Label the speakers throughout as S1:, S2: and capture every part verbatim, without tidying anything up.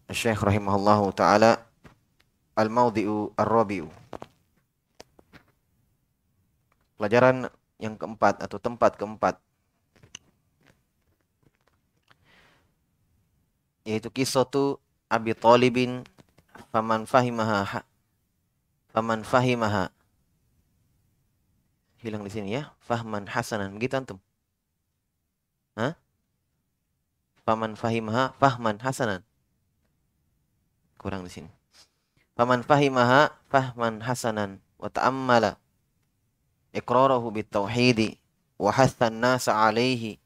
S1: Syekh rahimahullahu taala al-mawdi'u ar-rabi'u. Pelajaran yang keempat atau tempat keempat yaitu qissatu Abi Thalibin faman fahimaha faman fahimaha. Hilang di sini ya. Fahman hasanan. Begitu antum? Hah? Faman fahimaha fahman hasanan. Kurang di sini. Faman fahimaha fahman hasanan wa ta'ammala iqrarahu bitauhidi wa hatha an-nasa 'alaihi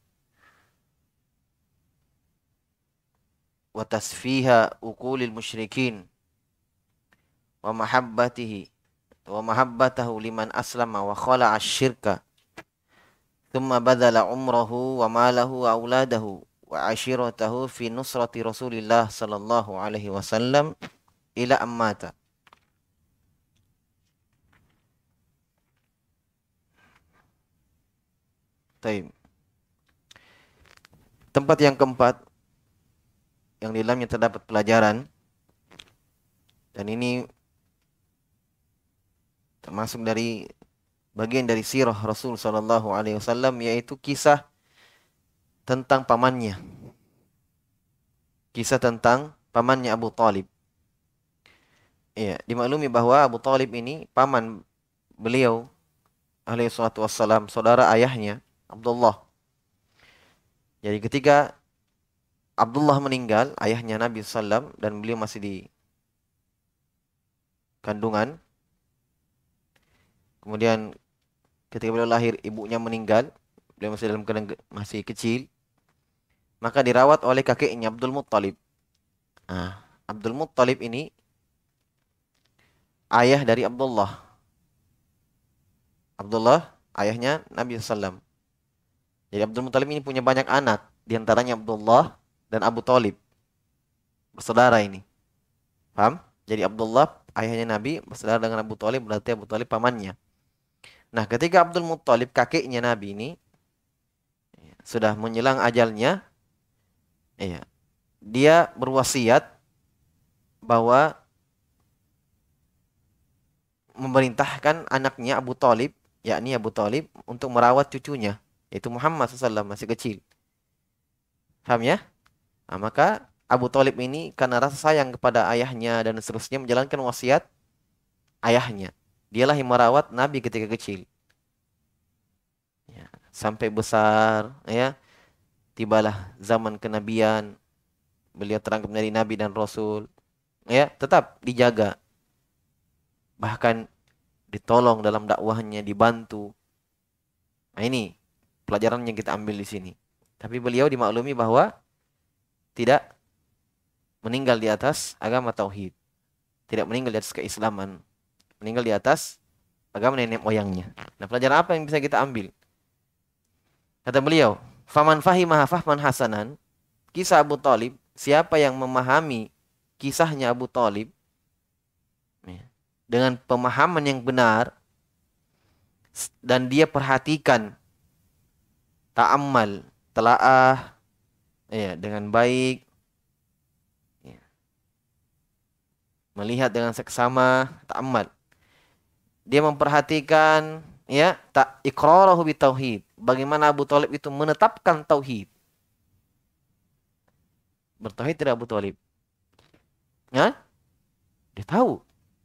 S1: wa tasfiha uqulil musyrikin wa mahabbatihi wa mahabbatahu liman aslama wa khala'a asy-syirka thumma badala umrahu wa malahu wa auladahu wa ashiratahu fi nusrati Rasulillah sallallahu alaihi wasallam ila ammata. Taib. Tempat yang keempat yang di dalamnya terdapat pelajaran, dan ini termasuk dari bagian dari sirah Rasul sallallahu alaihi wasallam, yaitu kisah tentang pamannya. Kisah tentang pamannya Abu Thalib. Iya, dimaklumi bahwa Abu Thalib ini paman beliau alaihi salatu wassalam, saudara ayahnya Abdullah. Jadi ketika Abdullah meninggal, ayahnya Nabi sallallahu alaihi wasallam, dan beliau masih di kandungan. Kemudian ketika beliau lahir, ibunya meninggal, beliau masih dalam keadaan masih kecil, maka dirawat oleh kakeknya Abdul Muttalib. Nah, Abdul Muttalib ini ayah dari Abdullah. Abdullah ayahnya Nabi sallallahu alaihi wasallam. Jadi Abdul Muttalib ini punya banyak anak, diantaranya Abdullah dan Abu Thalib, bersaudara ini. Paham? Jadi Abdullah ayahnya Nabi bersaudara dengan Abu Thalib, berarti Abu Thalib pamannya. Nah, ketika Abdul Muttalib kakeknya Nabi ini sudah menjelang ajalnya, iya, dia berwasiat bahwa memerintahkan anaknya Abu Thalib, yakni Abu Thalib, untuk merawat cucunya, yaitu Muhammad sallallahu alaihi wasallam, masih kecil. Paham ya? Nah, maka Abu Thalib ini karena rasa sayang kepada ayahnya dan seterusnya menjalankan wasiat ayahnya. Dialah yang merawat Nabi ketika kecil. Ya, sampai besar, ya. Tibalah zaman kenabian, beliau terangkat menjadi nabi dan rasul. Ya, tetap dijaga. Bahkan ditolong dalam dakwahnya, dibantu. Nah, ini pelajaran yang kita ambil di sini. Tapi beliau dimaklumi bahwa tidak meninggal di atas agama tauhid. Tidak meninggal di atas keislaman. Meninggal di atas agama nenek moyangnya. Nah, pelajaran apa yang bisa kita ambil? Kata beliau, "Faman fahimaha fahman hasanan." Kisah Abu Thalib, siapa yang memahami kisahnya Abu Thalib ya, dengan pemahaman yang benar, dan dia perhatikan, ta'ammal, telaah ya, dengan baik, ya, melihat dengan seksama, ta'ammal. Dia memperhatikan, ya, tak iqrarahu bitauhid. Bagaimana Abu Thalib itu menetapkan tauhid. Bertauhid tidak Abu Thalib? Ya? Dia tahu.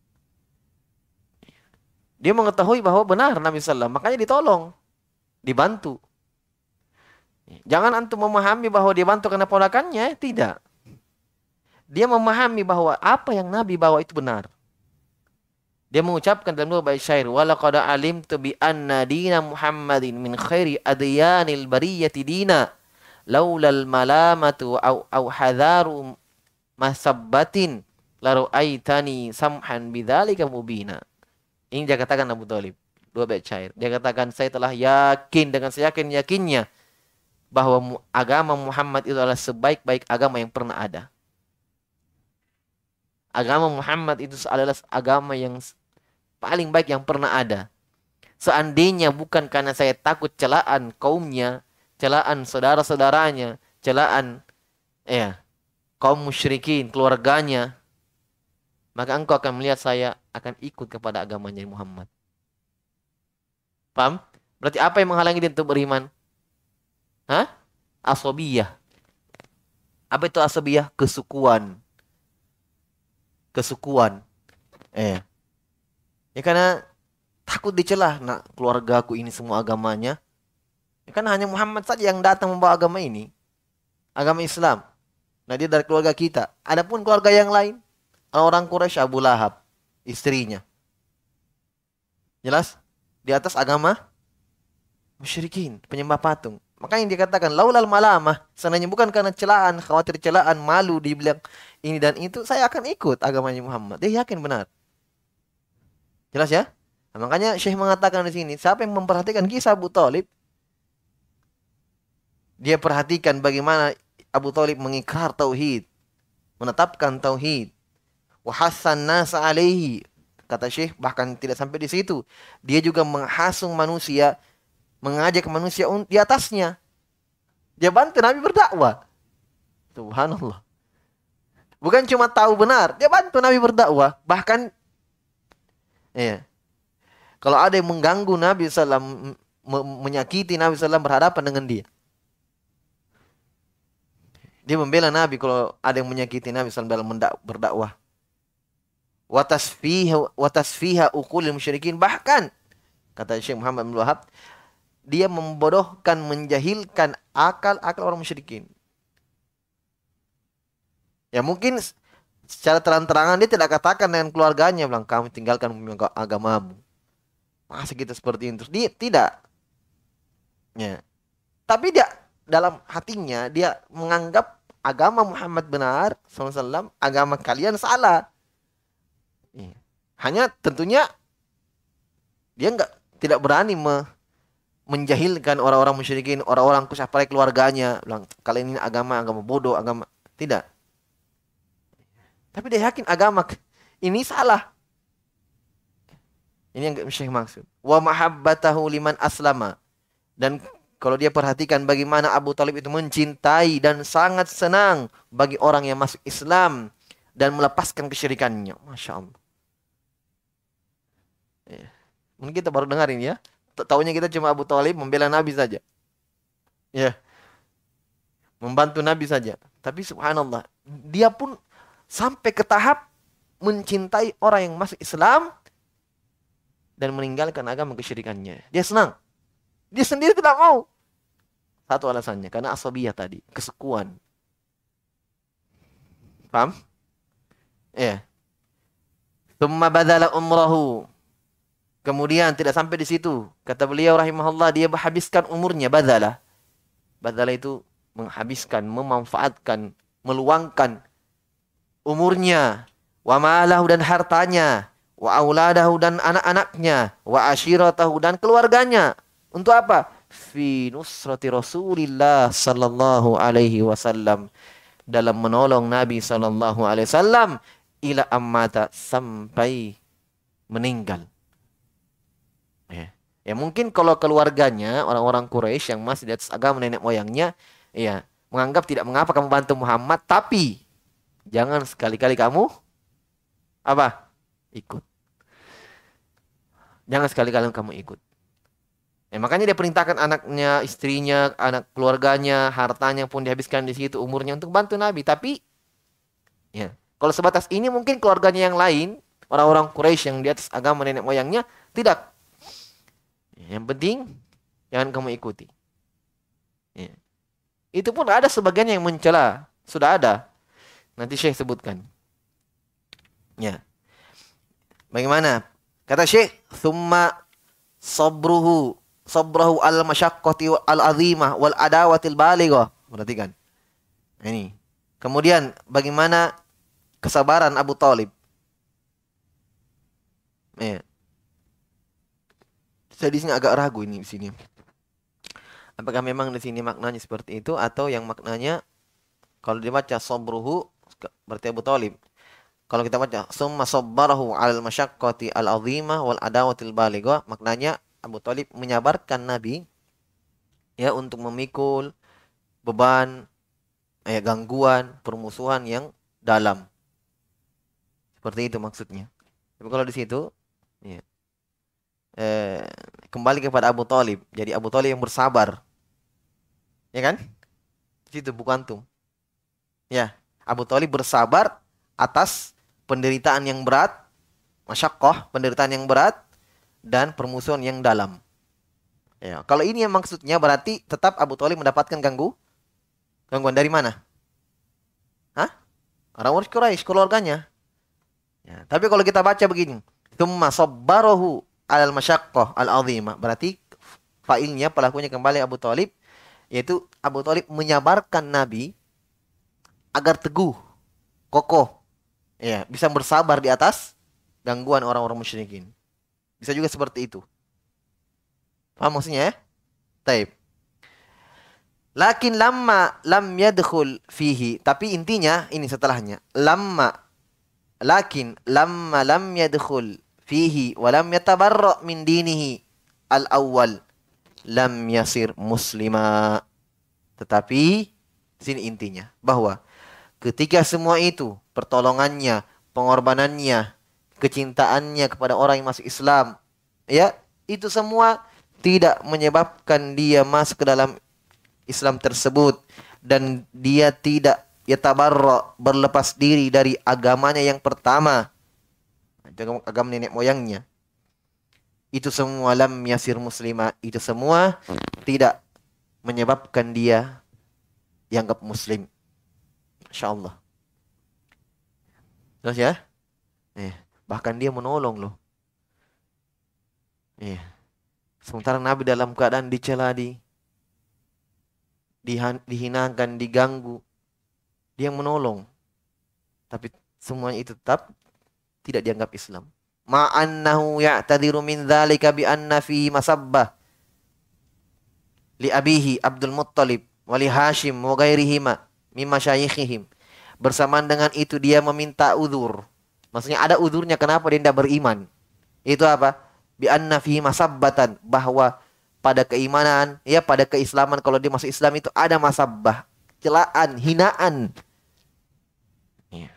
S1: Dia mengetahui bahwa benar Nabi sallallahu alaihi wasallam, makanya ditolong, dibantu. Jangan antum memahami bahwa dia bantu karena ponakannya, tidak. Dia memahami bahwa apa yang Nabi bawa itu benar. Dia mengucapkan dalam dua bait syair, "Walaqad alimtu bi anna dina Muhammadin min khairi adyanil bariyati dina, laulal malamatu au au hadaru masabbatin la ra'aitani samhan bidzalika mubina." Ini dia katakan Abu Thalib, dua bait syair. Dia katakan, saya telah yakin dengan seyakin-yakinnya bahwa agama Muhammad itu adalah sebaik-baik agama yang pernah ada. Agama Muhammad itu adalah agama yang paling baik yang pernah ada. Seandainya bukan karena saya takut celaan kaumnya, celaan saudara-saudaranya, celaan ya, kaum musyrikin, keluarganya, maka engkau akan melihat saya akan ikut kepada agamanya Muhammad. Paham? Berarti apa yang menghalangi dia untuk beriman? Hah? Asobiyah. Apa itu asobiyah? Kesukuan. Kesukuan. Eh. Ya karena takut dicelah. Nah, keluarga aku ini semua agamanya. Ya kan hanya Muhammad saja yang datang membawa agama ini. Agama Islam. Nah, dia dari keluarga kita. Adapun keluarga yang lain. Orang Quraisy, Abu Lahab. Istrinya. Jelas? Di atas agama musyrikin, penyembah patung. Makanya dia katakan laulal malamah, seandainya bukan karena celaan, khawatir celaan, malu dibilang ini dan itu, saya akan ikut agamanya Muhammad. Dia yakin benar. Jelas ya? Nah, makanya Syekh mengatakan di sini, siapa yang memperhatikan kisah Abu Thalib, dia perhatikan bagaimana Abu Thalib mengikrar tauhid, menetapkan tauhid, wa hassan nasa alaihi. Kata Syekh bahkan tidak sampai di situ. Dia juga menghasung manusia, mengajak manusia di atasnya. Dia bantu Nabi berdakwah. Subhanallah. Bukan cuma tahu benar, dia bantu Nabi berdakwah. Bahkan, ya, kalau ada yang mengganggu Nabi shallallahu alaihi wasallam, menyakiti Nabi shallallahu alaihi wasallam, berhadapan dengan dia. Dia membela Nabi kalau ada yang menyakiti Nabi shallallahu alaihi wasallam dalam berdakwah. Watasfiha watasfiha uqulil musyrikin. Bahkan, kata Syekh Muhammad bin Wahab, dia membodohkan, menjahilkan akal-akal orang musyrikin. Ya mungkin secara terang-terangan dia tidak katakan dengan keluarganya, bilang kamu tinggalkan agamamu. Masa kita seperti itu? Dia tidak. Ya. Tapi dia dalam hatinya dia menganggap agama Muhammad benar, sallallahu alaihi wasallam, agama kalian salah. Ya. Hanya tentunya dia enggak tidak berani me, menjahilkan orang-orang musyrikin, orang-orang kusyafai keluarganya, bilang kalian ini agama agama bodoh, agama tidak. Tapi dia yakin agama ini salah. Ini yang Syekh maksud. Wa mahabbatahu liman aslama. Dan kalau dia perhatikan bagaimana Abu Thalib itu mencintai dan sangat senang bagi orang yang masuk Islam dan melepaskan kesyirikannya. Masya Allah. Ya. Mungkin kita baru dengar ini ya. Taunya kita cuma Abu Thalib membela Nabi saja. Ya. Membantu Nabi saja. Tapi subhanallah, dia pun sampai ke tahap mencintai orang yang masuk Islam dan meninggalkan agama kesyirikannya. Dia senang. Dia sendiri tidak mau. Satu alasannya, karena asabiyah tadi, kesukuan. Paham? Ya. Tsumma badala umrahu. Kemudian tidak sampai di situ. Kata beliau rahimahullah, dia menghabiskan umurnya, badala. Badala itu menghabiskan, memanfaatkan, meluangkan umurnya, wa malahu dan hartanya, wa auladahu dan anak-anaknya, wa ashiratahu dan keluarganya. Untuk apa? Fi nusrati Rasulillah sallallahu alaihi wasallam, dalam menolong Nabi sallallahu alaihi wasallam ila ammata, sampai meninggal. Ya. Ya mungkin kalau keluarganya orang-orang Quraisy yang masih di atas agama nenek moyangnya, ya menganggap tidak mengapa kamu bantu Muhammad, tapi jangan sekali-kali kamu apa? Ikut. Jangan sekali-kali kamu ikut. Ya, makanya dia perintahkan anaknya, istrinya, anak keluarganya, hartanya pun dihabiskan di situ, umurnya untuk bantu Nabi. Tapi, ya, kalau sebatas ini mungkin keluarganya yang lain, orang-orang Quraisy yang di atas agama nenek moyangnya, tidak. Yang penting, jangan kamu ikuti. Ya. Itu pun ada sebagian yang mencela, sudah ada. Nanti Syekh sebutkan. Ya. Bagaimana? Kata Syekh, "Tsumma sabruhu sabrahu al-masyaqqati al-azimah wal adawatil balighah." Perhatikan. Ini. Kemudian bagaimana kesabaran Abu Thalib? Ya. Saya di sini agak ragu ini di sini. Apakah memang di sini maknanya seperti itu atau yang maknanya kalau dibaca sabruhu berarti Abu Thalib. Kalau kita baca summa sabbarahu 'alal masyaqqati al-'azimah wal adawatil balighah, maknanya Abu Thalib menyabarkan Nabi ya untuk memikul beban eh, gangguan, permusuhan yang dalam. Seperti itu maksudnya. Tapi kalau di situ, ya, eh, kembali kepada Abu Talib. Jadi Abu Talib yang bersabar, ya kan? Di situ bukan antum. Ya, Abu Talib bersabar atas penderitaan yang berat, masyaqqah, penderitaan yang berat, dan permusuhan yang dalam. Ya, kalau ini yang maksudnya berarti tetap Abu Talib mendapatkan ganggu, gangguan dari mana? Hah? Orang Quraisy, keluarganya. Ya, tapi kalau kita baca begini, tsumma sabbarahu alal masyaqqah al-azimah, berarti failnya, pelakunya kembali Abu Talib, yaitu Abu Talib menyabarkan Nabi agar teguh, kokoh, ya, bisa bersabar di atas gangguan orang-orang musyrikin. Bisa juga seperti itu. Paham maksudnya ya? Taib. Lakin lamma lam yadkhul fihi, tapi intinya ini setelahnya. Lamma lakin lamma lam yadkhul fihi wa lam yatabarra min dinihi al-awwal lam yasir muslima. Tetapi sini intinya bahwa ketika semua itu, pertolongannya, pengorbanannya, kecintaannya kepada orang yang masuk Islam, ya, itu semua tidak menyebabkan dia masuk ke dalam Islam tersebut, dan dia tidak yatabarra, berlepas diri dari agamanya yang pertama, agama nenek moyangnya. Itu semua lam yasir muslima, itu semua tidak menyebabkan dia dianggap muslim. Insyaallah. Terus ya? Eh, bahkan dia menolong loh. Eh. Sementara Nabi dalam keadaan dicela, di dihinakan, diganggu, dia menolong. Tapi semuanya itu tetap tidak dianggap Islam. Ma'annahu ya'tadiru min dzalika bi anna fi masabbah li abihi Abdul Muttalib wa li Hashim wa ghairihima mimma syayikhihim. Bersamaan dengan itu dia meminta uzur. Maksudnya ada uzurnya kenapa dia tidak beriman. Itu apa? Bi anna fihi masabbatan, bahwa pada keimanan, ya, pada keislaman, kalau dia masuk Islam itu ada masabbah, celaan, hinaan. Ya.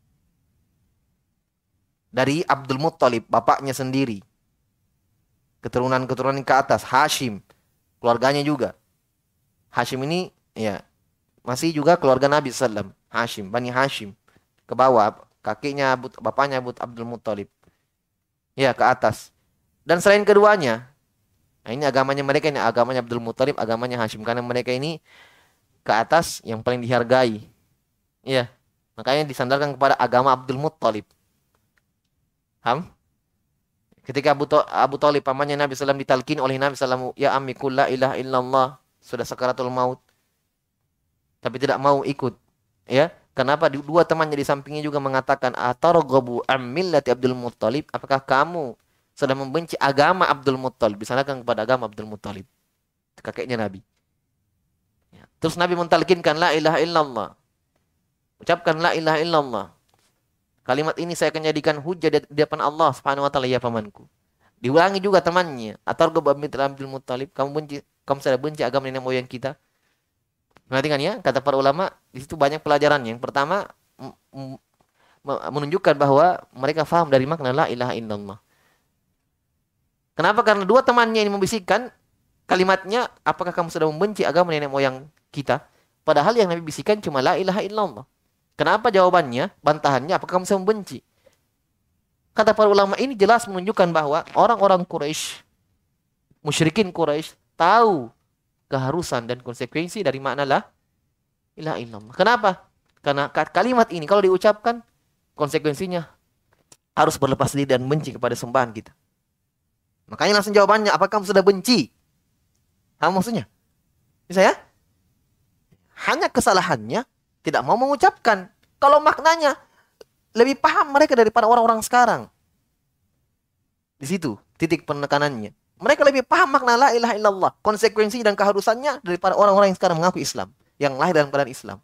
S1: Dari Abdul Muttalib, bapaknya sendiri. Keturunan-keturunan ke atas, Hashim, keluarganya juga. Hashim ini, ya, masih juga keluarga Nabi sallallahu alaihi wasallam. Hashim, Bani Hashim. Ke bawah, kakeknya, bapaknya Abdul Muttalib. Ya, ke atas. Dan selain keduanya, nah ini agamanya mereka, ini agamanya Abdul Muttalib, agamanya Hashim. Karena mereka ini ke atas yang paling dihargai. Iya. Makanya disandarkan kepada agama Abdul Muttalib. Paham? Ketika Abu, Abu Talib, pamannya Nabi sallallahu alaihi wasallam, ditalkin oleh Nabi sallallahu alaihi wasallam, ya ammi qul la ilaha illallah, sudah sakaratul maut, tapi tidak mau ikut. Ya. Kenapa? Dua temannya di sampingnya juga mengatakan, atarghabu am millati Abdul Muttalib, apakah kamu sudah membenci agama Abdul Muttalib, disandarkan kepada agama Abdul Muttalib, kakeknya Nabi. Ya. Terus Nabi mentalkinkan la ilaha illallah. Ucapkan la ilaha illallah. Kalimat ini saya akan jadikan hujah di depan Allah Subhanahu wa taala, ya pamanku. Diulangi juga temannya, atarghabu am millati Abdul Muttalib, kamu benci, kamu sudah benci agama nenek moyang kita. Perhatikan ya, kata para ulama, di situ banyak pelajaran. Yang pertama, menunjukkan bahwa mereka faham dari makna la ilaha illallah. Kenapa? Karena dua temannya ini membisikkan kalimatnya, apakah kamu sudah membenci agama nenek moyang kita? Padahal yang Nabi bisikan cuma la ilaha illallah. Kenapa jawabannya, bantahannya, apakah kamu sudah membenci? Kata para ulama, ini jelas menunjukkan bahwa orang-orang Quraisy, musyrikin Quraisy, tahu keharusan dan konsekuensi dari makna la ilaha illallah. Kenapa? Karena kalimat ini kalau diucapkan, konsekuensinya harus berlepas diri dan benci kepada sembahan kita. Makanya langsung jawabannya, apakah kamu sudah benci? Apa maksudnya? Bisa ya? Hanya kesalahannya tidak mau mengucapkan. Kalau maknanya lebih paham mereka daripada orang-orang sekarang. Di situ titik penekanannya. Mereka lebih paham makna la ilaha illallah, konsekuensi dan keharusannya daripada orang-orang yang sekarang mengaku Islam, yang lahir dalam keadaan Islam.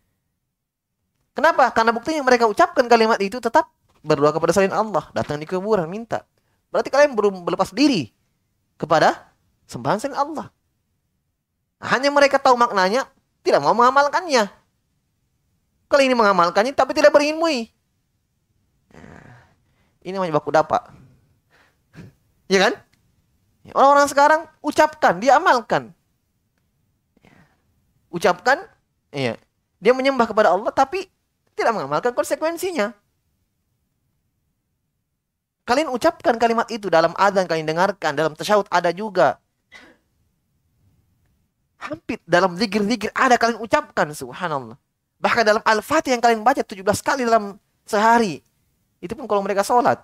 S1: Kenapa? Karena buktinya mereka ucapkan kalimat itu tetap berdoa kepada selain Allah, datang di kuburan minta. Berarti kalian belum berlepas diri kepada sembahan selain Allah. Hanya mereka tahu maknanya, tidak mau mengamalkannya. Kalau ini mengamalkannya tapi tidak berilmui. Ini namanya baku dapak. Ya kan? Orang-orang sekarang ucapkan, dia amalkan. Ucapkan, iya. Dia menyembah kepada Allah tapi tidak mengamalkan konsekuensinya. Kalian ucapkan kalimat itu dalam adzan, kalian dengarkan, dalam tasyahud ada juga. Hampir dalam zikir-zikir ada kalian ucapkan, subhanallah. Bahkan dalam Al-Fatihah yang kalian baca tujuh belas kali dalam sehari. Itu pun kalau mereka sholat.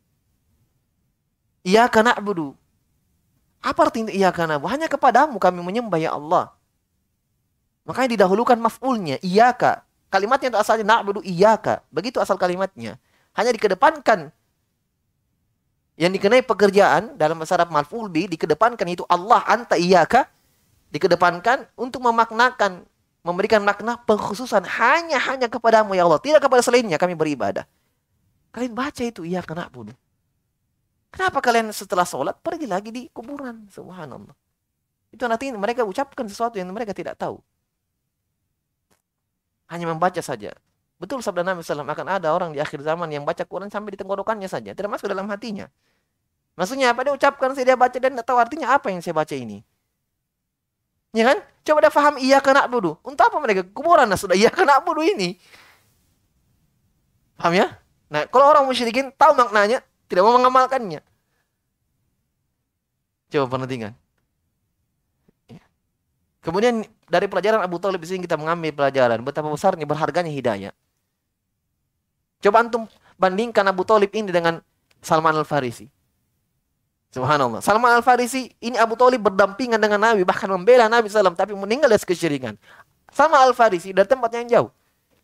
S1: Iyyaka na'budu. Apa artinya iyyaka na'budu? Hanya kepadamu kami menyembah ya Allah. Makanya didahulukan maf'ulnya, iyyaka. Kalimatnya itu asalnya na'budu iyyaka. Begitu asal kalimatnya. Hanya dikedepankan. Yang dikenai pekerjaan dalam bahasa Arab maf'ul bi dikedepankan itu Allah, anta, iyyaka. Dikedepankan untuk memaknakan, memberikan makna pengkhususan hanya hanya kepadamu ya Allah, tidak kepada selainnya kami beribadah. Kalian baca itu iyyaka na'budu. Kenapa kalian setelah sholat pergi lagi di kuburan? Subhanallah. Itu nanti mereka ucapkan sesuatu yang mereka tidak tahu. Hanya membaca saja. Betul sabda Nabi sallallahu alaihi wasallam, akan ada orang di akhir zaman yang baca Quran sampai di tenggorokannya saja, tidak masuk dalam hatinya. Maksudnya apa? Dia ucapkan, saya dia baca dan tidak tahu artinya apa yang saya baca ini. Ya kan? Coba dah faham iyyaka na'budu. Untuk apa mereka kuburan nah sudah iyyaka na'budu ini? Paham ya? Nah, kalau orang musyrikin tahu maknanya, tidak mau mengamalkannya. Coba perhatikan. Kemudian dari pelajaran Abu Thalib di sini kita mengambil pelajaran betapa besarnya berharganya hidayah. Coba antum bandingkan Abu Thalib ini dengan Salman Al-Farisi. Subhanallah. Salman Al-Farisi ini Abu Thalib berdampingan dengan Nabi, bahkan membela Nabi sallallahu alaihi wasallam, tapi meninggal dari kesyirikan. Salman Al-Farisi dari tempat yang jauh.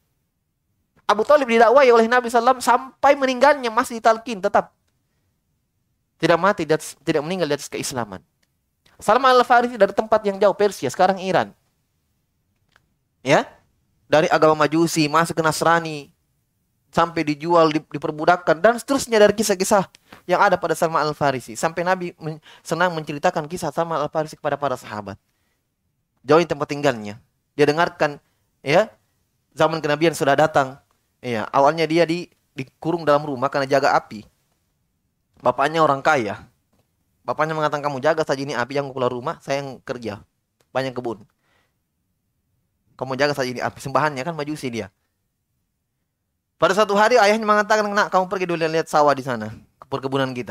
S1: Abu Thalib didakwai oleh Nabi sallallahu alaihi wasallam sampai meninggalnya masih ditalkin tetap. Tidak mati, tidak meninggal di atas keislaman. Salman Al-Farisi dari tempat yang jauh, Persia, sekarang Iran. Ya, dari agama Majusi masuk ke Nasrani, sampai dijual, diperbudakkan, dan seterusnya dari kisah-kisah yang ada pada Salman Al-Farisi. Sampai Nabi men senang menceritakan kisah Salman Al-Farisi kepada para sahabat. Jauhin tempat tinggalnya. Dia dengarkan, ya, zaman kenabian sudah datang. Ya, awalnya dia di, dikurung dalam rumah karena jaga api. Bapaknya orang kaya. Bapaknya mengatakan, kamu jaga saja ini api, yang keluar rumah, saya yang kerja. Banyak kebun. Kamu jaga saja ini api. Sembahannya kan Majusi dia. Pada satu hari ayahnya mengatakan, nak kamu pergi dulu lihat sawah di sana, ke perkebunan kita.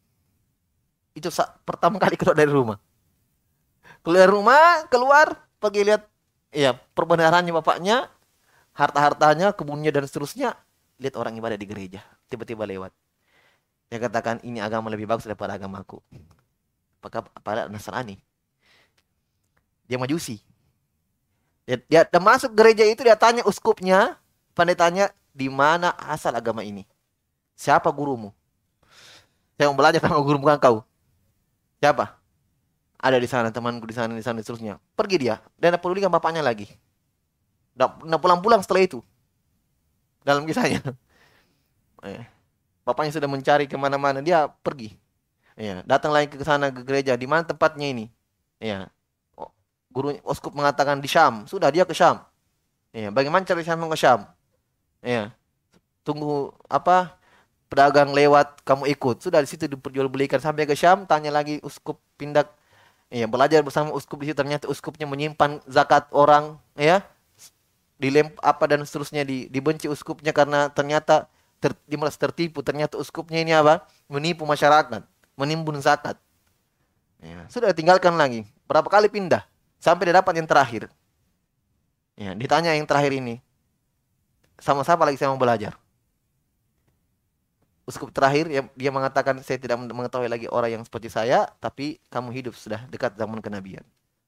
S1: Itu pertama kali keluar dari rumah. Keluar rumah, keluar, pergi lihat ya perbenarannya bapaknya, harta-hartanya, kebunnya dan seterusnya. Lihat orang ibadah di gereja, tiba-tiba lewat. Dia katakan, ini agama lebih bagus daripada agamaku. Apakah pada Nasrani? Dia Majusi. Dia, dia, dia masuk gereja itu, dia tanya uskupnya, pendetanya, di mana asal agama ini? Siapa gurumu? Saya mau belajar sama guru, bukan kau. Siapa? Ada di sana, temanku di sana, di sana, seterusnya. Pergi dia. Dan tidak pedulikan bapaknya lagi. Tidak pulang-pulang setelah itu. Dalam kisahnya. Eh. Bapaknya sudah mencari kemana-mana, dia pergi. Ya, datang lagi ke sana ke gereja. Di mana tempatnya ini? Ya, guru uskup mengatakan di Syam. Sudah dia ke Syam. Ya, bagaimana cara Syam ke Syam? Ya, tunggu apa? Pedagang lewat, kamu ikut. Sudah di situ diperjualbelikan sampai ke Syam. Tanya lagi uskup pindah. Ya, belajar bersama uskup di situ. Ternyata uskupnya menyimpan zakat orang. Ya, dilem apa dan seterusnya, di, dibenci uskupnya karena ternyata Ter, dia merasa tertipu, ternyata uskupnya ini apa? Menipu masyarakat, menimbun zakat. Ya, sudah tinggalkan lagi. Berapa kali pindah sampai dia dapat yang terakhir. Ya, ditanya yang terakhir ini, sama siapa lagi saya mau belajar? Uskup terakhir ya, dia mengatakan, saya tidak mengetahui lagi orang yang seperti saya, tapi kamu hidup sudah dekat zaman kenabian.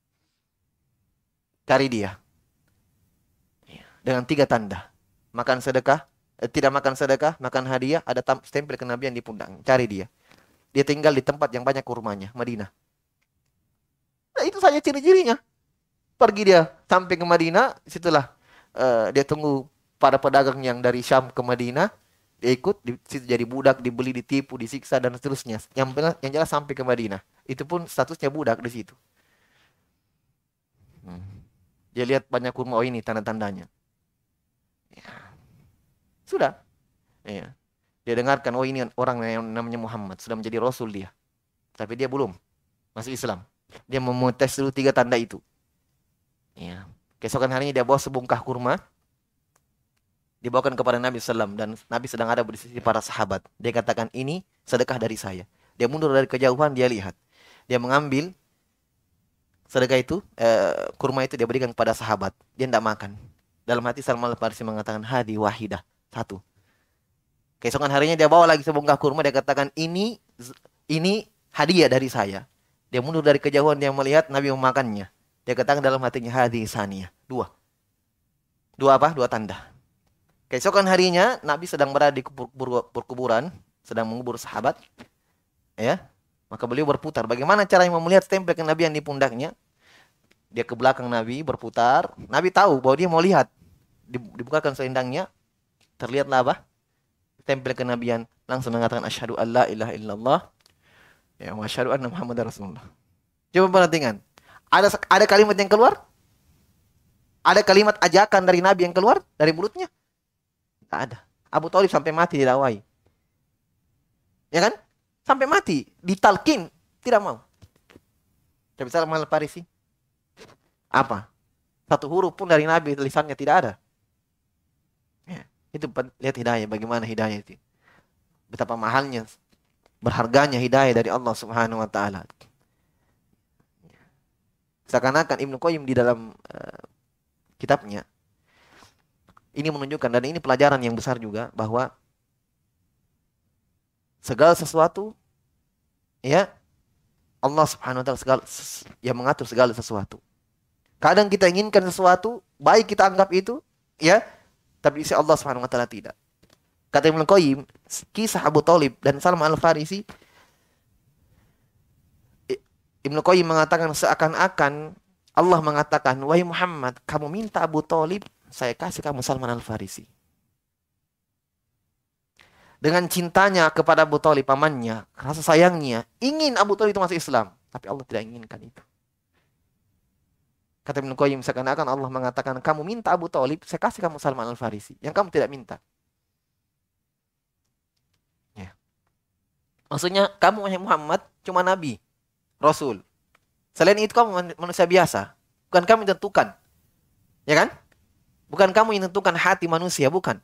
S1: Cari dia. Ya, dengan tiga tanda: makan sedekah, tidak makan sedekah, makan hadiah, ada stempel kenabian di pundak. Cari dia. Dia tinggal di tempat yang banyak kurmanya, Madinah. Nah, itu saja ciri-cirinya. Pergi dia sampai ke Madinah, situlah uh, dia tunggu para pedagang yang dari Syam ke Madinah. Dia ikut, di situ jadi budak, dibeli, ditipu, disiksa dan seterusnya. Yang yang jelas sampai ke Madinah. Itu pun statusnya budak di situ. Hmm. Dia lihat banyak kurma, oh ini tanda-tandanya. Ya, sudah. Ya. Dia dengarkan, oh ini orang yang namanya Muhammad, sudah menjadi Rasul dia. Tapi dia belum masuk Islam. Dia memotes dulu tiga tanda itu. Ya. Keesokan harinya dia bawa sebungkah kurma, dibawakan kepada Nabi Sallam, dan Nabi sedang ada di sisi para sahabat. Dia katakan, ini sedekah dari saya. Dia mundur dari kejauhan, dia lihat. Dia mengambil sedekah itu, eh, kurma itu dia berikan kepada sahabat. Dia tidak makan. Dalam hati Salman Al-Farisi mengatakan, hadi wahidah, satu. Keesokan harinya dia bawa lagi sebungkah kurma, dia katakan, ini ini hadiah dari saya. Dia mundur dari kejauhan, dia melihat Nabi memakannya. Dia katakan dalam hatinya, hadi saniyah, dua. Dua apa? Dua tanda. Keesokan harinya Nabi sedang berada di perkuburan, sedang mengubur sahabat, ya. Maka beliau berputar. Bagaimana cara yang melihat stempel kenabian di pundaknya? Dia ke belakang Nabi, berputar. Nabi tahu bahwa dia mau lihat. Dibukakan selendangnya, terlihatlah apa? Stempel kenabian. Langsung mengatakan asyhadu alla ilaha illallah, ya, wa asyhadu anna Muhammadar Rasulullah. Coba perhatikan. Ada ada kalimat yang keluar? Ada kalimat ajakan dari Nabi yang keluar dari mulutnya? Tak ada. Abu Thalib sampai mati didakwai. Ya kan? Sampai mati, ditalkin, tidak mau. Tapi Salman Al-Farisi, apa? Satu huruf pun dari Nabi lisannya tidak ada. Ya, itu lihat hidayah, bagaimana hidayah itu. Betapa mahalnya, berharganya hidayah dari Allah Subhanahu wa taala. Seakan-akan Ibnu Qayyim di dalam uh, kitabnya ini menunjukkan, dan ini pelajaran yang besar juga, bahwa segala sesuatu, ya, Allah Subhanahu wa taala segala yang mengatur segala sesuatu. Kadang kita inginkan sesuatu, baik kita anggap itu, ya, tapi isi Allah Subhanahu wa taala tidak. Kata Ibnu Qayyim, kisah Abu Thalib dan Salman Al-Farisi, Ibnu Qayyim mengatakan seakan-akan Allah mengatakan, wahai Muhammad, kamu minta Abu Thalib, saya kasih kamu Salman Al-Farisi. Dengan cintanya kepada Abu Thalib, pamannya, rasa sayangnya, ingin Abu Thalib itu masuk Islam. Tapi Allah tidak inginkan itu. Kata Ibnu Qayyim, seakan-akan Allah mengatakan, kamu minta Abu Thalib, saya kasih kamu Salman Al-Farisi. Yang kamu tidak minta. Ya. Maksudnya, kamu wahai Muhammad, cuma Nabi, Rasul. Selain itu kamu manusia biasa. Bukan kamu yang tentukan. Ya kan? Bukan kamu yang tentukan hati manusia, bukan.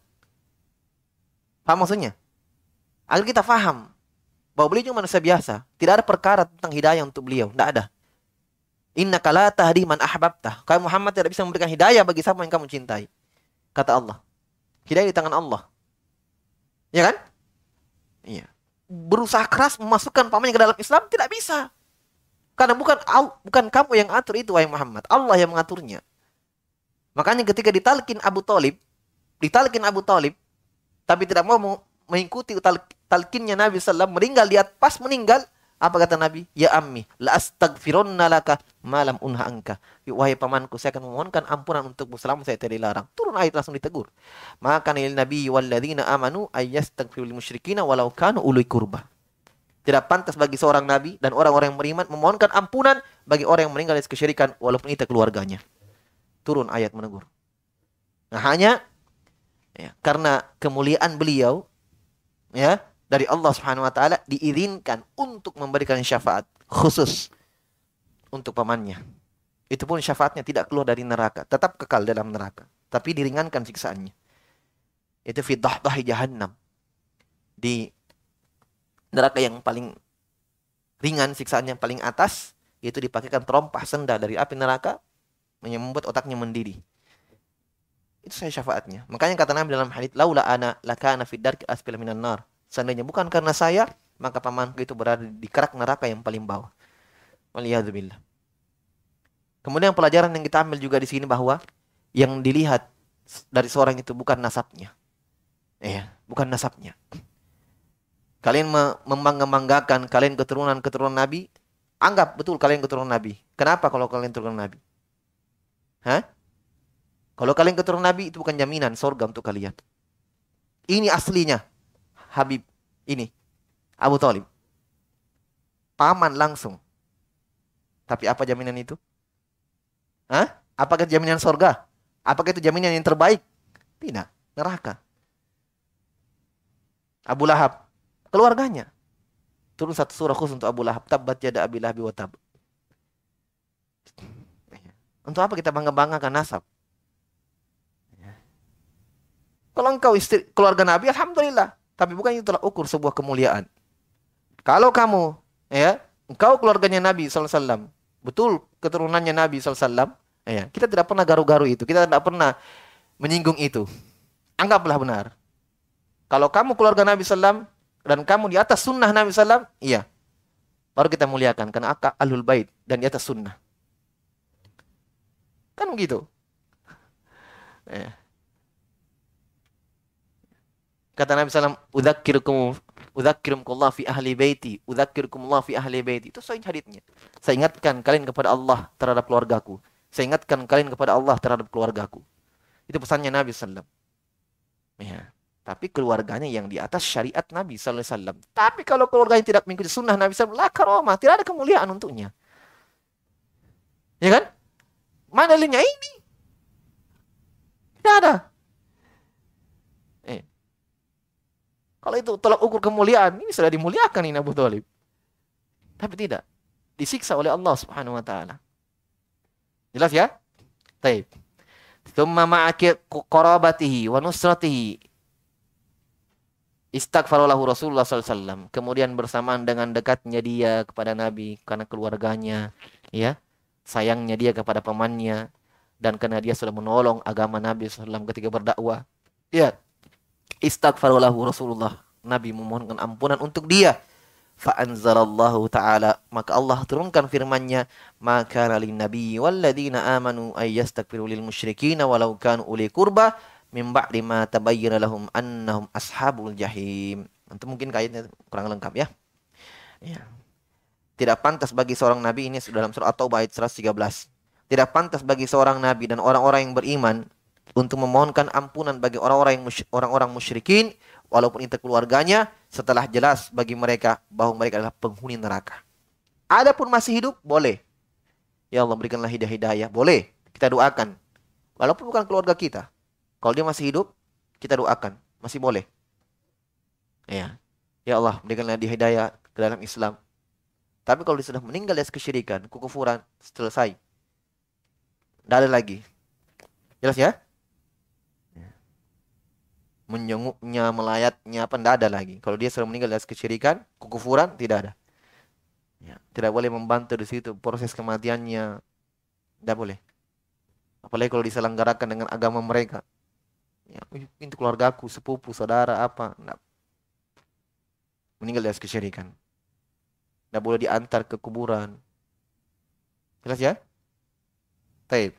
S1: Paham maksudnya? Agar kita faham bahwa beliau cuma manusia biasa. Tidak ada perkara tentang hidayah untuk beliau. Tidak ada. Innaka la tahdi man ahbabtah. Kamu Muhammad tidak bisa memberikan hidayah bagi siapa yang kamu cintai. Kata Allah. Hidayah di tangan Allah. Ya kan? Iya. Berusaha keras memasukkan pamannya ke dalam Islam tidak bisa. Karena bukan bukan kamu yang atur itu, wahai Muhammad. Allah yang mengaturnya. Makanya ketika ditalkin Abu Thalib, ditalkin Abu Thalib, tapi tidak mau mengikuti tal talkinnya Nabi sallallahu alaihi wasallam, meninggal dia, pas meninggal, apa kata Nabi? Ya ammi, la astaghfirunna laka malam unha anka. Wahai pamanku, saya akan memohonkan ampunan untukmu selama saya tidak dilarang. Turun ayat langsung ditegur. Maka lil nabi walladzina amanu ayyastaghfiru lil musyrikina walau kanu uli qurba. Tidak pantas bagi seorang nabi dan orang-orang yang beriman memohonkan ampunan bagi orang yang meninggal dari kesyirikan walaupun itu keluarganya. Turun ayat menegur. Nah, hanya ya, karena kemuliaan beliau, ya, dari Allah Subhanahu wa taala diizinkan untuk memberikan syafaat khusus untuk pamannya. Itu pun syafaatnya tidak keluar dari neraka, tetap kekal dalam neraka, tapi diringankan siksaannya. Itu fi dahdahi jahannam. Di neraka yang paling ringan siksaannya paling atas, itu dipakaikan terompah senda dari api neraka yang membuat otaknya mendidih. Itu saya syafaatnya. Makanya kata Nabi dalam hadits, laula ana lakana fid darki asfala minan nar. Seandainya bukan karena saya, maka pamanku itu berada di kerak neraka yang paling bawah. Waliyadzubillah. Kemudian pelajaran yang kita ambil juga di sini bahwa yang dilihat dari seorang itu bukan nasabnya. Ya, bukan nasabnya. Kalian membangga-banggakan kalian keturunan-keturunan Nabi, anggap betul kalian keturunan Nabi. Kenapa kalau kalian keturunan Nabi? Hah? Kalau kalian keturunan Nabi itu bukan jaminan surga untuk kalian. Ini aslinya Habib ini Abu Thalib. Paman langsung. Tapi apa jaminan itu? Hah? Apakah jaminan surga? Apakah itu jaminan yang terbaik? Tidak. neraka. Abu Lahab, keluarganya. Turun satu surah khusus untuk Abu Lahab. Tabbat yada Abi Lahab wa tab. Untuk apa kita bangga-banggakan nasab? Kalau engkau istri keluarga Nabi, alhamdulillah. Tapi bukan itu telah ukur sebuah kemuliaan. Kalau kamu, ya, engkau keluarganya Nabi shallallahu alaihi wasallam, betul keturunannya Nabi shallallahu alaihi wasallam, ya, kita tidak pernah garu-garu itu. Kita tidak pernah menyinggung itu. Anggaplah benar. Kalau kamu keluarga Nabi shallallahu alaihi wasallam dan kamu di atas sunnah Nabi shallallahu alaihi wasallam, iya, baru kita muliakan karena akak ahlul bait dan di atas sunnah. Kan begitu. Ya. Kata Nabi shallallahu alaihi wasallam, "Udzakirukum udzakirukumullah fi ahli baiti, udzakirukumullah fi ahli baiti." Itu sahih haditsnya. Saya ingatkan kalian kepada Allah terhadap keluargaku. Saya ingatkan kalian kepada Allah terhadap keluargaku. Itu pesannya Nabi shallallahu alaihi wasallam. Ya. Tapi keluarganya yang di atas syariat Nabi shallallahu alaihi wasallam. Tapi kalau keluarganya tidak mengikuti sunnah Nabi shallallahu alaihi wasallam, la karomah, tidak ada kemuliaan untuknya. Ya kan? Mana dalilnya ini? Tidak ada. Eh. Kalau itu tolak ukur kemuliaan, ini sudah dimuliakan ini Abu Thalib. Tapi tidak. Disiksa oleh Allah Subhanahu wa taala. Jelas ya? Baik. Tsumma ma'aki qarabatihi wa nusratihi. Istaghfara lahu Rasulullah sallallahu alaihi wasallam. Kemudian bersamaan dengan dekatnya dia kepada Nabi karena keluarganya, ya. Sayangnya dia kepada pamannya dan karena dia sudah menolong agama Nabi sallallahu alaihi wasallam ketika berdakwah. Ya. Istaghfara lahu Rasulullah. Nabi memohonkan ampunan untuk dia. Fa anzalallahu ta'ala, maka Allah turunkan firman-Nya, "Maka lin nabi wal ladzina amanu ay yastaghfiru lil musyrikin walau kanu uli qurba min ba'di ma tabayyana lahum annahum ashabul jahim." Itu mungkin kayaknya kurang lengkap ya. Ya. Tidak pantas bagi seorang nabi, ini dalam surah At-Taubah ayat seratus tiga belas. Tidak pantas bagi seorang nabi dan orang-orang yang beriman untuk memohonkan ampunan bagi orang-orang yang musyrik, orang-orang musyrikin walaupun itu keluarganya setelah jelas bagi mereka bahwa mereka adalah penghuni neraka. Adapun masih hidup boleh. Ya Allah berikanlah hidayah-hidayah, boleh. Kita doakan. Walaupun bukan keluarga kita. Kalau dia masih hidup, kita doakan, masih boleh. Ya. Ya Allah berikanlah hidayah ke dalam Islam. Tapi kalau dia sudah meninggal dari kesyirikan, kekufuran, selesai. Tidak ada lagi. Jelas ya? Menjenguknya, melayatnya, apa, tidak ada lagi. Kalau dia sudah meninggal dari kesyirikan, kekufuran, tidak ada. Ya, tidak boleh membantu di situ proses kematiannya. Tidak boleh. Apalagi kalau diselenggarakan dengan agama mereka. Ya, itu keluargaku, sepupu, saudara, apa. Tidak. Meninggal dari kesyirikan. Tidak boleh diantar ke kuburan. Jelas ya? Baik.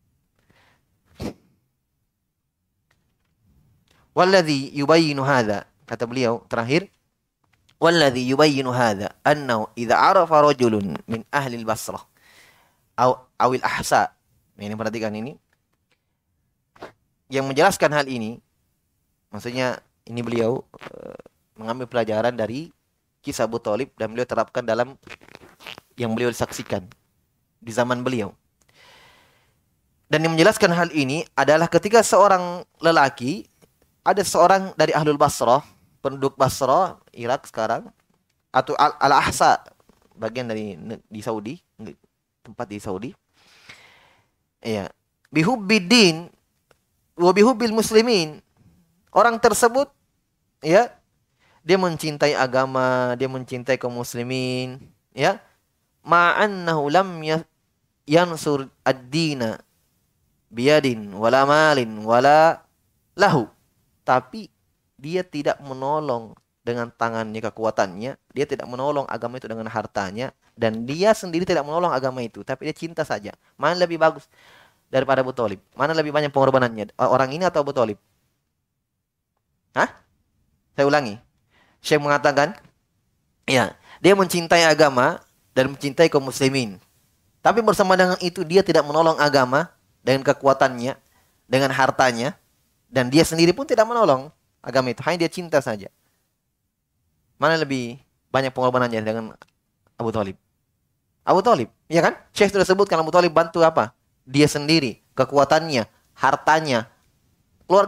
S1: Walladhi yubayyinu hadha, kata beliau terakhir, walladhi yubayyinu hadha annahu idza arafa rajulun min ahli al-Basrah aw awil ahsa. Ini perhatikan ini. Yang menjelaskan hal ini, maksudnya ini beliau uh, mengambil pelajaran dari kisah Abu Thalib dan beliau terapkan dalam yang beliau saksikan di zaman beliau. Dan yang menjelaskan hal ini adalah ketika seorang lelaki, ada seorang dari Ahlul Basrah, penduduk Basrah, Irak sekarang, atau Al-Ahsa, bagian dari di Saudi, tempat di Saudi. Iya, bihubbiddin wa bihubbil muslimin. Orang tersebut, ya, dia mencintai agama, dia mencintai kaum muslimin, ya. Ma'annahu lam yansur ad-dina biyadin wala malin wala lahu. Tapi dia tidak menolong dengan tangannya, kekuatannya. Dia tidak menolong agama itu dengan hartanya. Dan dia sendiri tidak menolong agama itu. Tapi dia cinta saja. Mana lebih bagus daripada Abu Thalib? Mana lebih banyak pengorbanannya? Orang ini atau Abu Thalib? Hah? Saya ulangi. Syekh mengatakan, ya, dia mencintai agama dan mencintai kaum muslimin. Tapi bersama dengan itu dia tidak menolong agama dengan kekuatannya, dengan hartanya. Dan dia sendiri pun tidak menolong agama itu. Hanya dia cinta saja. Mana lebih banyak pengorbanannya dengan Abu Thalib? Abu Thalib, ya kan? Syekh sudah sebutkan Abu Thalib bantu apa? Dia sendiri, kekuatannya, hartanya, keluarganya.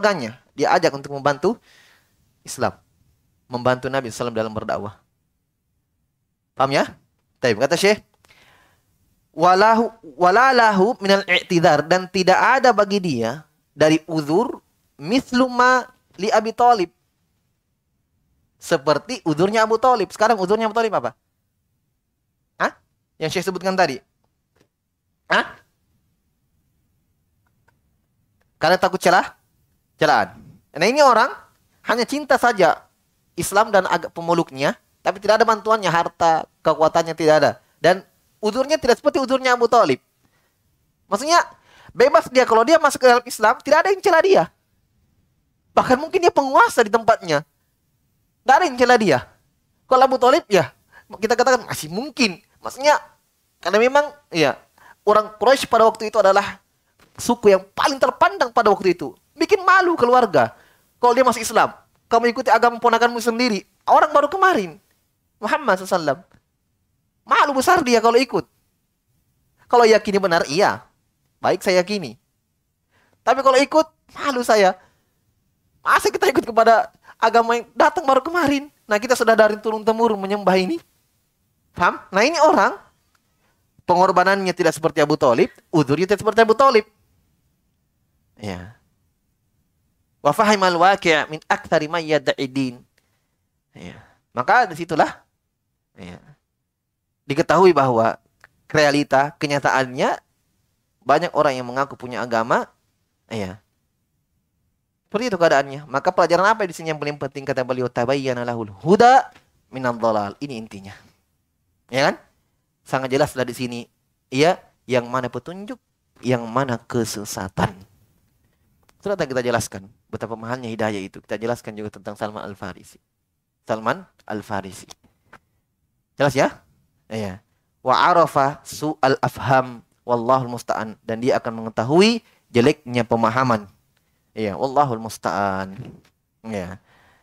S1: Dia ajak untuk membantu Islam, membantu Nabi sallallahu alaihi wasallam dalam berdakwah. Paham ya? Baik, kata Syekh, walahu walalahu minal i'tidar, dan tidak ada bagi dia dari uzur mislu ma li Abi Thalib, seperti uzurnya Abu Thalib. Sekarang uzurnya Abu Thalib apa? Hah? Yang Syekh sebutkan tadi. Hah? Karena takut celah, celaan. Nah, ini orang hanya cinta saja Islam dan agak pemeluknya, tapi tidak ada bantuannya, harta, kekuatannya tidak ada. Dan uzurnya tidak seperti uzurnya Abu Thalib. Maksudnya bebas dia, kalau dia masuk ke dalam Islam, tidak ada yang celah dia. Bahkan mungkin dia penguasa di tempatnya, tidak ada yang celah dia. Kalau Abu Thalib, ya kita katakan masih mungkin. Maksudnya karena memang ya orang Quraisy pada waktu itu adalah suku yang paling terpandang pada waktu itu. Bikin malu keluarga kalau dia masuk Islam. Kamu ikuti agama ponakanmu sendiri. Orang baru kemarin Muhammad shallallahu alaihi wasallam. Malu besar dia kalau ikut. Kalau yakini benar, iya. Baik, saya yakini. Tapi kalau ikut, malu saya. Masa kita ikut kepada agama yang datang baru kemarin? Nah, kita sudah dari turun-temurun menyembah ini. Paham? Nah, ini orang pengorbanannya tidak seperti Abu Thalib, uzurnya tidak seperti Abu Thalib. Ya. Wa fahimal waqi' min aktsari ma yad'idin. Ya. Maka disitulah ya, diketahui bahwa realita kenyataannya banyak orang yang mengaku punya agama, ya. Seperti itu keadaannya. Maka pelajaran apa di sini yang paling penting, kata beliau, tabayyana lahul huda minadh dhalal. Ini intinya. Ya kan? Sangat jelaslah di sini, ya, yang mana petunjuk, yang mana kesesatan. Sudah kita jelaskan betapa mahalnya hidayah itu. Kita jelaskan juga tentang Salman Al-Farisi. Salman Al-Farisi. Jelas ya? Ya. Wa arafa su'al afham wallahul musta'an, dan dia akan mengetahui jeleknya pemahaman. Ya, wallahul musta'an. Ya.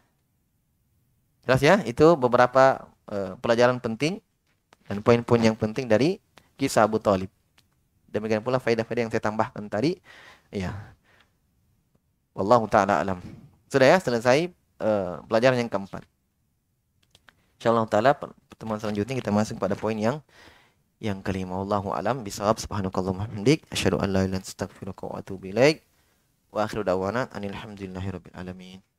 S1: Jelas ya? Itu beberapa uh, pelajaran penting dan poin-poin yang penting dari kisah Abu Thalib. Demikian pula faedah-faedah yang saya tambahkan tadi. Ya. Wallahu ta'ala alam. Sudah ya, selesai uh, pelajaran yang keempat. Insyaallah taala pertemuan selanjutnya kita masuk pada poin yang yang kelima. Wallahu alam bisawab. Subhanakallahumma hamdik asyhadu an la ilaha illa anta astaghfiruka wa atubu ilaik. Wa akhiru da'wana anil hamdulillahi rabbil alamin.